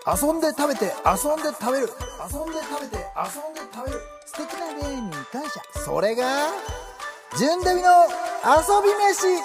遊んで食べて遊んで食べる、遊んで食べて遊んで食べる、素敵な出会いに感謝。それが純ダビの遊び飯。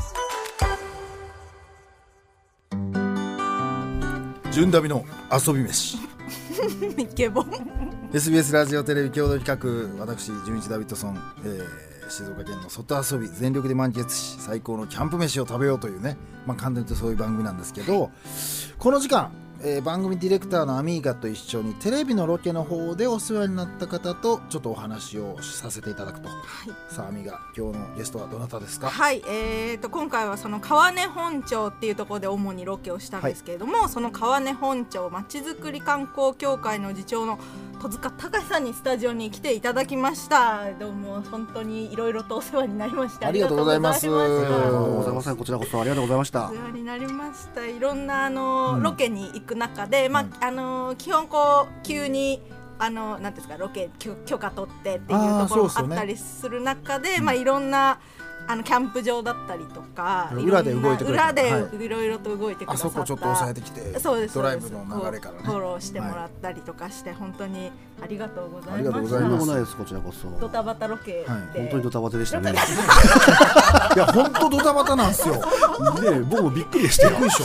純ダビの遊び飯イケボン SBS ラジオテレビ共同企画、私純一ダビッドソン、静岡県の外遊び全力で満喫し最高のキャンプ飯を食べようというね、簡単に言うとそういう番組なんですけど、この時間、番組ディレクターのアミーガと一緒にテレビのロケの方でお世話になった方とちょっとお話をさせていただくと、さあアミーガ、今日のゲストはどなたですか？ はい、今回はその川根本町っていうところで主にロケをしたんですけれども、その川根本町まちづくり観光協会の次長の戸塚隆さんにスタジオに来ていただきました。どうも本当にいろいろとお世話になりました。 ありがとうございます。 ありがとうございます。こちらこそありがとうございました。 お世話になりました。いろんなロケに行く中で、基本こう急になんですか、ロケ許可取ってっていうところもあったりする中で、いろんなキャンプ場だったりとか裏で動いてくれた、 裏でいろいろと動いてくださった、 あそこちょっと抑えてきて、 そうです、 ドライブの流れからねフォローしてもらったりとかして、本当にありがとうございました。 ありがとうございとんでます。 もないです。こちらこそドタバタロケで、 本当にドタバタでしたね。 いや本当ドタバタなんですよ。 ね、僕もびっくりしてびっくりでし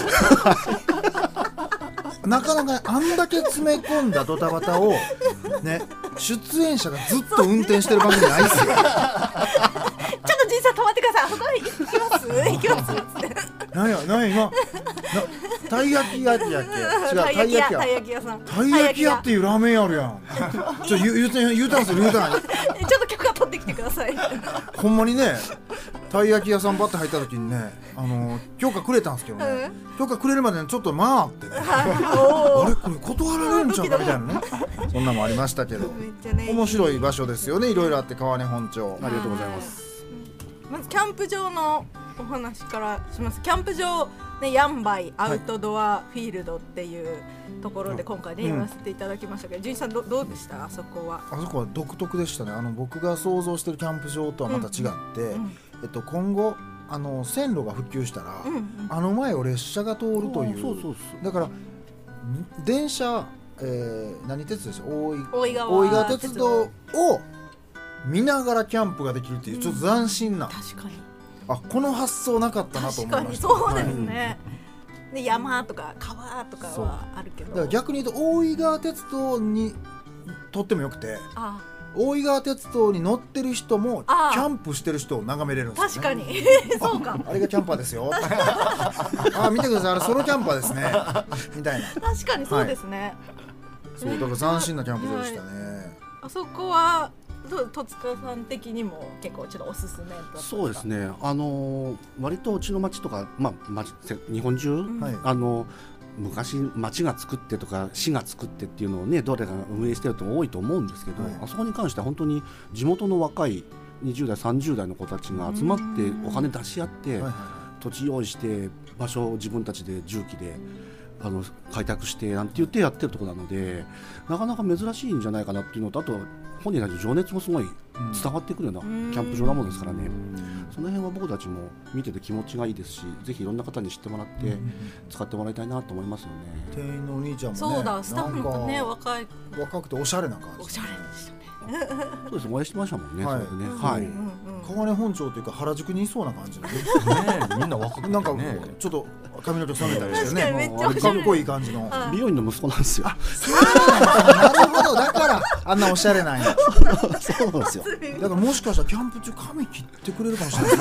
ょ。なかなかあんだけ詰め込んだドタバタをね、出演者がずっと運転してる番組ないっすよ。 ちょっとじいさん止まってください、あそこへ行きますってなんや今たい焼き屋やっけ、違う、たい焼き屋さん、 たい焼き屋っていうラーメン屋あるやん。言うたんするちょっと許可取ってきてください。 ほんまにね、たい焼き屋さんバッて入った時にね、許可くれたんですけどね、許可くれるまでにちょっとってねあれこれ断られるんちゃうかみたいなね、そんなもありましたけど、面白い場所ですよね。いろいろあって、川根本町、 ありがとうございます。 まずキャンプ場のお話からします。キャンプ場、ね、ヤンバイアウトドアフィールドっていうところで今回ね、言わせていただきましたけど、純一さんどうでした？あそこは。 あそこは独特でしたね。僕が想像してるキャンプ場とはまた違って、今後線路が復旧したら、前を列車が通るという、だから電車、何鉄道でした？大井川鉄道を見ながらキャンプができるっていう、ちょっと斬新な、 確かにこの発想なかったなと思いました。 確かにそうですね、で山とか川とかはあるけど、 だから逆に言うと大井川鉄道にとってもよくて、大井川鉄道に乗ってる人もキャンプしてる人を眺めれるんですよね。 確かにそうか、 あれがキャンパーですよ見てください、あれソロキャンパーですねみたいな。 確かにそうですね、 そうだから斬新なキャンプ場でしたね。 あそこは戸塚さん的にも結構ちょっとおすすめだったですか？ そうですね、割とうちの町とか、日本中、昔町が作ってとか市が作ってっていうのをね、どれかが運営してると多いと思うんですけど、あそこに関しては本当に地元の若い20代30代の子たちが集まってお金出し合って、土地用意して場所を自分たちで重機で開拓してなんて言ってやってるところなので、なかなか珍しいんじゃないかなっていうのと、あと本人たちの情熱もすごい伝わってくるようなキャンプ場なものですからね、その辺は僕たちも見てて気持ちがいいですし、ぜひいろんな方に知ってもらって使ってもらいたいなと思いますよね。 店員のお兄ちゃんもね、 そうだ、スタッフもね、若くておしゃれな感じ、 おしゃれでしたね。 そうです、お会いしてましたもんね。 川根本町というか原宿にいそうな感じのねみんな若くてね、 なんかちょっと髪の毛染めたりしてね、 かかっこいい感じの美容院の息子なんですよ。 なるほど、だからあんなおしゃれなんや。 そうなんですよ。 だからもしかしたらキャンプ中髪切ってくれるかもしれない、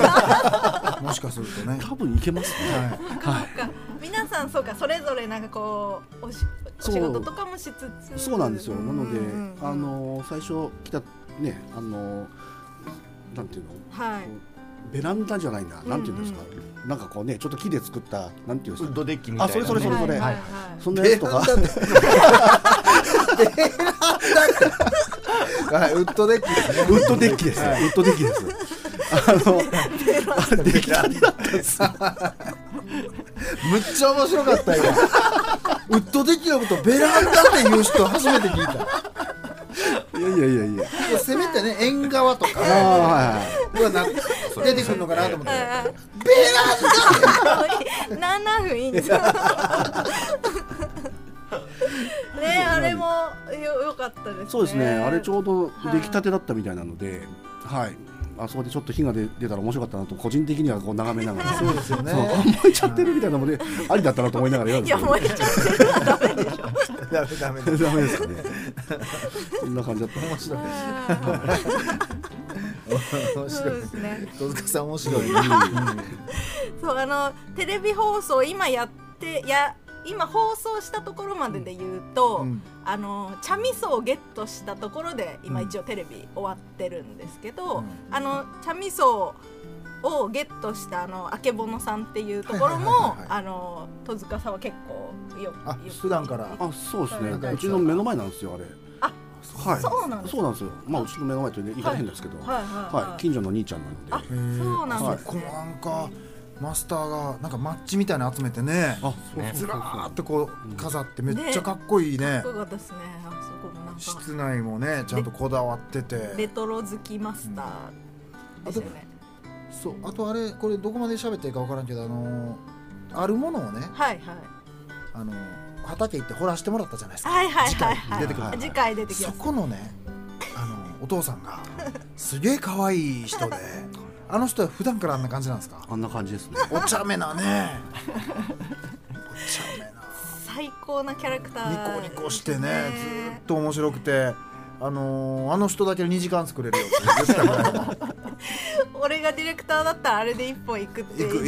もしかするとね、 多分いけますね。 皆さんそうか、それぞれなんかこうお仕事とかもしつつ、 そうなんですよ。なので最初来たね、なんていうの、ベランダじゃないな、なんていうんですか、なんかこうね、ちょっウッドで作ったなんていうんですか、 ウッドデッキみたいな、 それそんなやつとか、 ウッドデッキですね。 ウッドデッキです。ウッドデッキです。出来たてだったんです。 むっちゃ面白かったよ。ウッドデッキのことベランダっていう人初めて聞いた。 いやせめてね、縁側とか出てくるのかなと思って、ベランダ7 分いいんですよ。 かったですね。 そうですね、あれちょうど出来たてだったみたいなので、はい、あそこでちょっと火が出たら面白かったなと個人的にはこう眺めながらそうですよね。 燃えちゃってるみたいなのでありだったなと思いながらやるんですけど、 いや燃えちゃってるはダメでしょ。 ダメダメですかね。そんな感じだった。面白い。 そうですね。 戸塚さん面白い。 そうテレビ放送今放送したところまでで言うと、茶味噌をゲットしたところで今一応テレビ終わってるんですけど、茶味噌をゲットしたあけぼのさんっていうところも戸塚さんは結構よく普段からそうですね、うちの目の前なんですよあれ。はい、 そうなんです。 そうなんですよ。まあうちの目の前と言い方変ですけど、近所の兄ちゃんなので。 そうなんです。 このなんかマスターがなんかマッチみたいなの集めてね、ずらーっとこう飾ってめっちゃかっこいいね。 かっこよかったですね。あそこもなんか室内もねちゃんとこだわってて、 レトロ好きマスターですよね。 そう、あとあれこれどこまで喋っていいか分からんけどあるものをね、畑行って掘らしてもらったじゃないですか。次回出てくる。 次回出てきます。 そこのねお父さんがすげえ可愛い人であの人は普段からあんな感じなんですか？ あんな感じですね。 お茶目なねお茶目な最高なキャラクター、 ニコニコしてねずっと面白くてあの人だけで2時間作れるよって言ってたぐらいの俺がディレクターだったらあれで一本行くって行く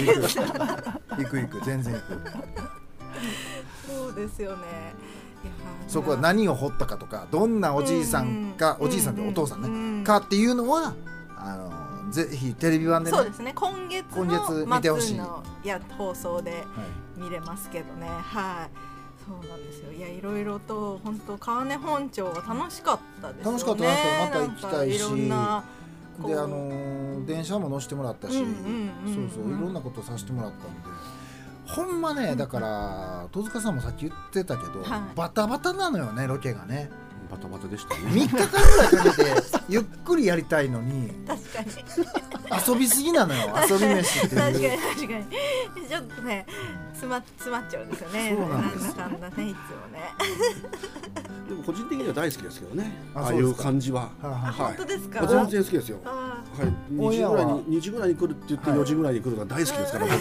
全然行くそうですよね。 そこは何を掘ったかとかどんなおじいさんか、おじいさんってお父さんね、かっていうのはぜひテレビ版でね、 そうですね、今月見てほしいの放送で見れますけどね、そうなんですよ。いやいろいろと本当川根本町は楽しかったですよね。 楽しかったなとまた行きたいし、 いろんなで電車も乗せてもらったし、そうそういろんなことさせてもらったんで、ほんまねだから戸塚さんもさっき言ってたけど、バタバタなのよねロケがね。 バタバタでしたね。 3日間ぐらいかけてゆっくりやりたいのに確かに遊びすぎなのよ遊び飯っていう。 確かにちょっとね詰まっちゃうんですよね。 そうなんです。 なんだかんだねいつもねでも個人的には大好きですけどね。ああいう感じは。 本当ですか？ 全然好きですよ。はい。2時ぐらいに来るって言って4時ぐらいに来るのが大好きですから僕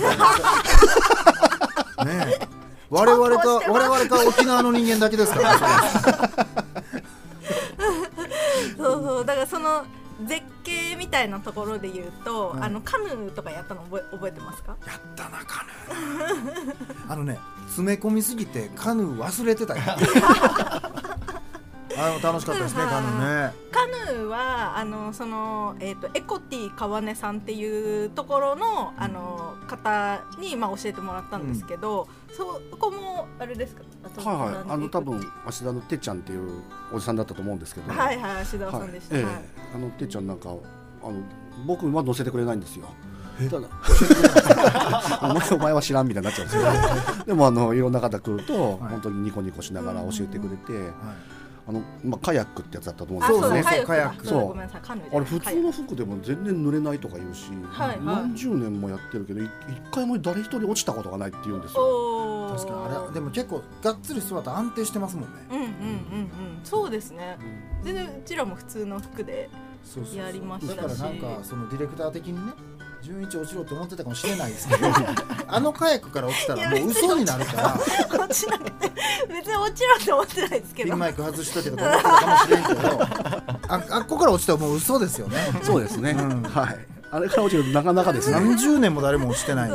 は。 ねえ。我々か沖縄の人間だけですからそうだからその絶景みたいなところで言うと、カヌーとかやったの覚えてますか？ やったなカヌー詰め込みすぎてカヌー忘れてたよ楽しかったですねカヌーね。 カヌーはそのエコティ川根さんっていうところの方に教えてもらったんですけど、そこもあれですか？ 多分芦田のてっちゃんっていうおじさんだったと思うんですけど、 芦田さんでした。 てっちゃんなんか僕は乗せてくれないんですよ。ただお前は知らんみたいになっちゃうんですけどでもいろんな方来ると本当にニコニコしながら教えてくれて、カヤックってやつだったと思うんですよね。 カヤック。 ごめんなさい、カヌー。 あれ普通の服でも全然濡れないとか言うし、何十年もやってるけど一回も誰一人落ちたことがないって言うんですよ。 確かにあれでも結構がっつり座って安定してますもんね。 そうですね。全然うちらも普通の服でやりましたし。 だからなんかそのディレクター的にね。純一落ちろって思ってたかもしれないですけどカヤックから落ちたらもう嘘になるから落ちなくて別に落ちろって思ってないですけどピンマイク外しとけとか思ってたかもしれんけどあっこから落ちたらもう嘘ですよね。 そうですね、はい。あれから落ちるとなかなかですね。 何十年も誰も落ちてないエ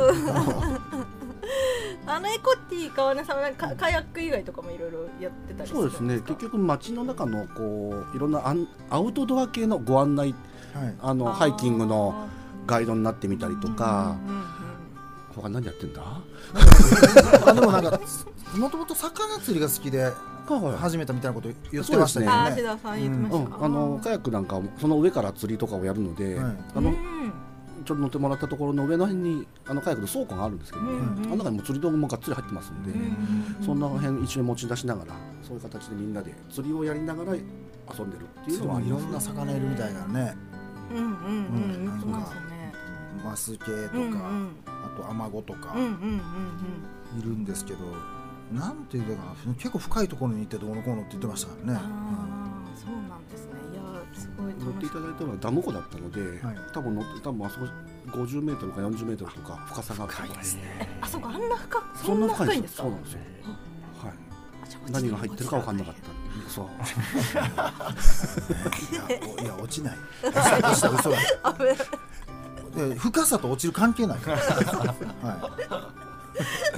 コティ川根さんはカヤック以外とかもいろいろやってたりするんですか？ そうですね、結局街の中のいろんなアウトドア系のご案内、ハイキングのガイドになってみたりとか、他何やってんだでもなんかもともと魚釣りが好きで始めたみたいなこと言ってましたね。 芦田さん言ってましたか？ カヤックなんかその上から釣りとかをやるので、ちょっと乗ってもらったところの上の辺にカヤックの倉庫があるんですけどね、あの中にも釣り道具もがっつり入ってますんで、そんな辺一緒に持ち出しながらそういう形でみんなで釣りをやりながら遊んでるっていうのは、 いろんな魚いるみたいなね。マス系とか、あとアマゴとかいるんですけど、 なんていうかな、結構深いところに行ってどうのこうのって言ってましたからね。 そうなんですね。いやすごい楽し乗っていただいたのはダム湖だったので、多分あそこ50メートルか40メートルとか深さがあったんですね。 あそこあんなそんな深いんですか。 そうなんですよ。はい。何が入ってるか分かんなかった。そう。 いや落ちない。落ちた嘘だ。深さと落ちる関係ないから。はい。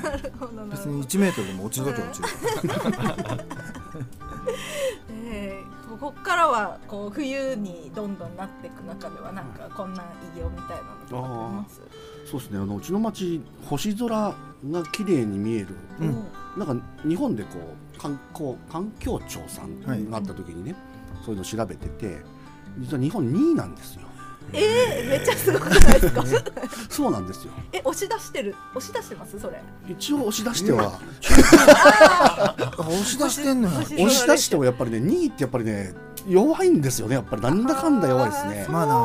なるほど。別に1メートルでも落ちるだけ落ちる。 ここからはこう冬にどんどんなっていく中ではなんかこんな偉業みたいなのとかあります？ そうですね。うちの町星空が綺麗に見える。なんか日本でこう環境庁さんがあった時にね、そういうのを調べてて、実は日本2位なんですよ。 めっちゃすごくないですか？ そうなんですよ。 押し出してますそれ？ 一応押し出しては押し出してんのよ。 押し出してもやっぱりね2位ってやっぱりね弱いんですよね。やっぱりなんだかんだ弱いですね。 まあな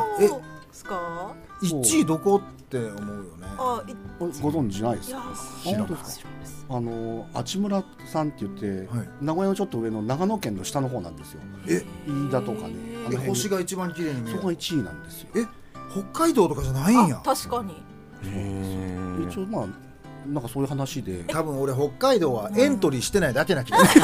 1位どこって思うよね。 ご存知ないですか？ 知らないです。 あちむらさんって言って、名古屋のちょっと上の長野県の下の方なんですよ。飯田とかね。 星が一番綺麗に見える。 そこが1位なんですよ。 北海道とかじゃないんや。 確かに。 一応まあなんかそういう話で。 多分俺北海道はエントリーしてないだけな気がする。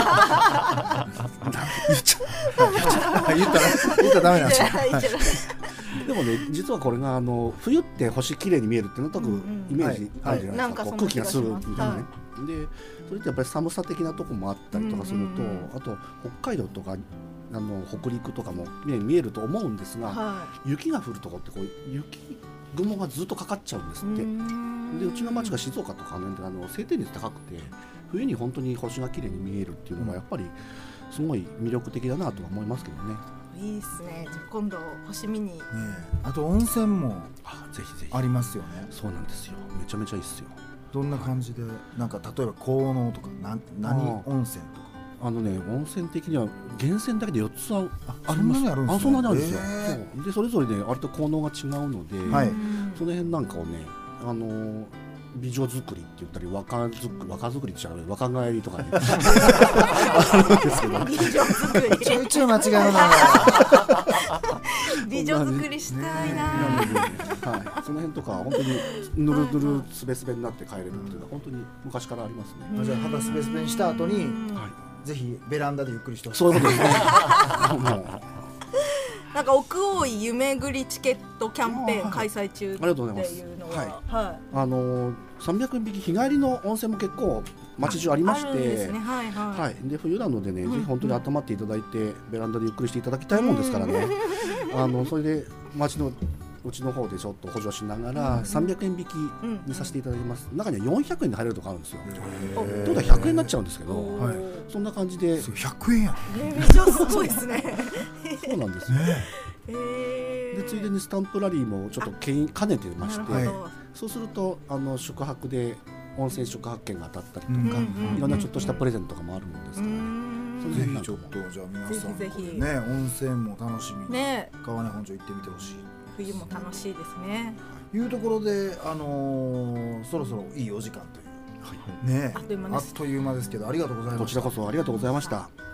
言ったらダメなんですよ。 でもね実はこれが冬って星綺麗に見えるってなんとなくイメージあるじゃないですか。空気がするみたいなね。でそれってやっぱり寒さ的なとこもあったりとかすると、あと北海道とか北陸とかも、ね、見えると思うんですが、雪が降るとこってこう雪雲がずっとかかっちゃうんですって。でうちの町が静岡とかなんで晴天率高くて冬に本当に星が綺麗に見えるっていうのがやっぱりすごい魅力的だなとは思いますけどね。 いいですね。じゃあ今度星見に。 あと温泉もぜひぜひありますよね。 そうなんですよ。めちゃめちゃいいですよ。 どんな感じでなんか例えば効能とか何温泉とか。 温泉的には源泉だけで4つあります。 そんなにあるんですね。 そんなにあるんですよ。でそれぞれで割と効能が違うので、その辺なんかをね美女作りって言ったり若作りって言っちゃう若返りとかねあるんですけど、 美女作りちょいちょい間違うな。 美女作りしたいな。 はい、その辺とか本当にぬるぬるすべすべになって帰れるっていうのは本当に昔からありますね。 じゃあ肌すべすべにした後にぜひベランダでゆっくりしてほしい。 そういうことですね。 なんか奥大井夢ぐりチケットキャンペーン開催中っていうのは、 300円引き日帰りの温泉も結構街中ありまして、で冬なのでね、ぜひ本当に温まっていただいてベランダでゆっくりしていただきたいもんですからね。それで街のうちの方でちょっと補助しながら300円引きにさせていただきます。中には400円で入れるとかあるんですよ。ということは100円になっちゃうんですけど、そんな感じで 100円やめっちゃすごいですね。 そうなんですね。でついでにスタンプラリーもちょっと兼ねてまして、そうすると宿泊で温泉宿泊券が当たったりとか、いろんなちょっとしたプレゼントとかもあるものですからね。 ぜひちょっとじゃあ皆さんね温泉も楽しみに川根本町行ってみてほしい。 冬も楽しいですね。 いうところでそろそろいいお時間というね、あっという間ですけどありがとうございました。 こちらこそありがとうございました。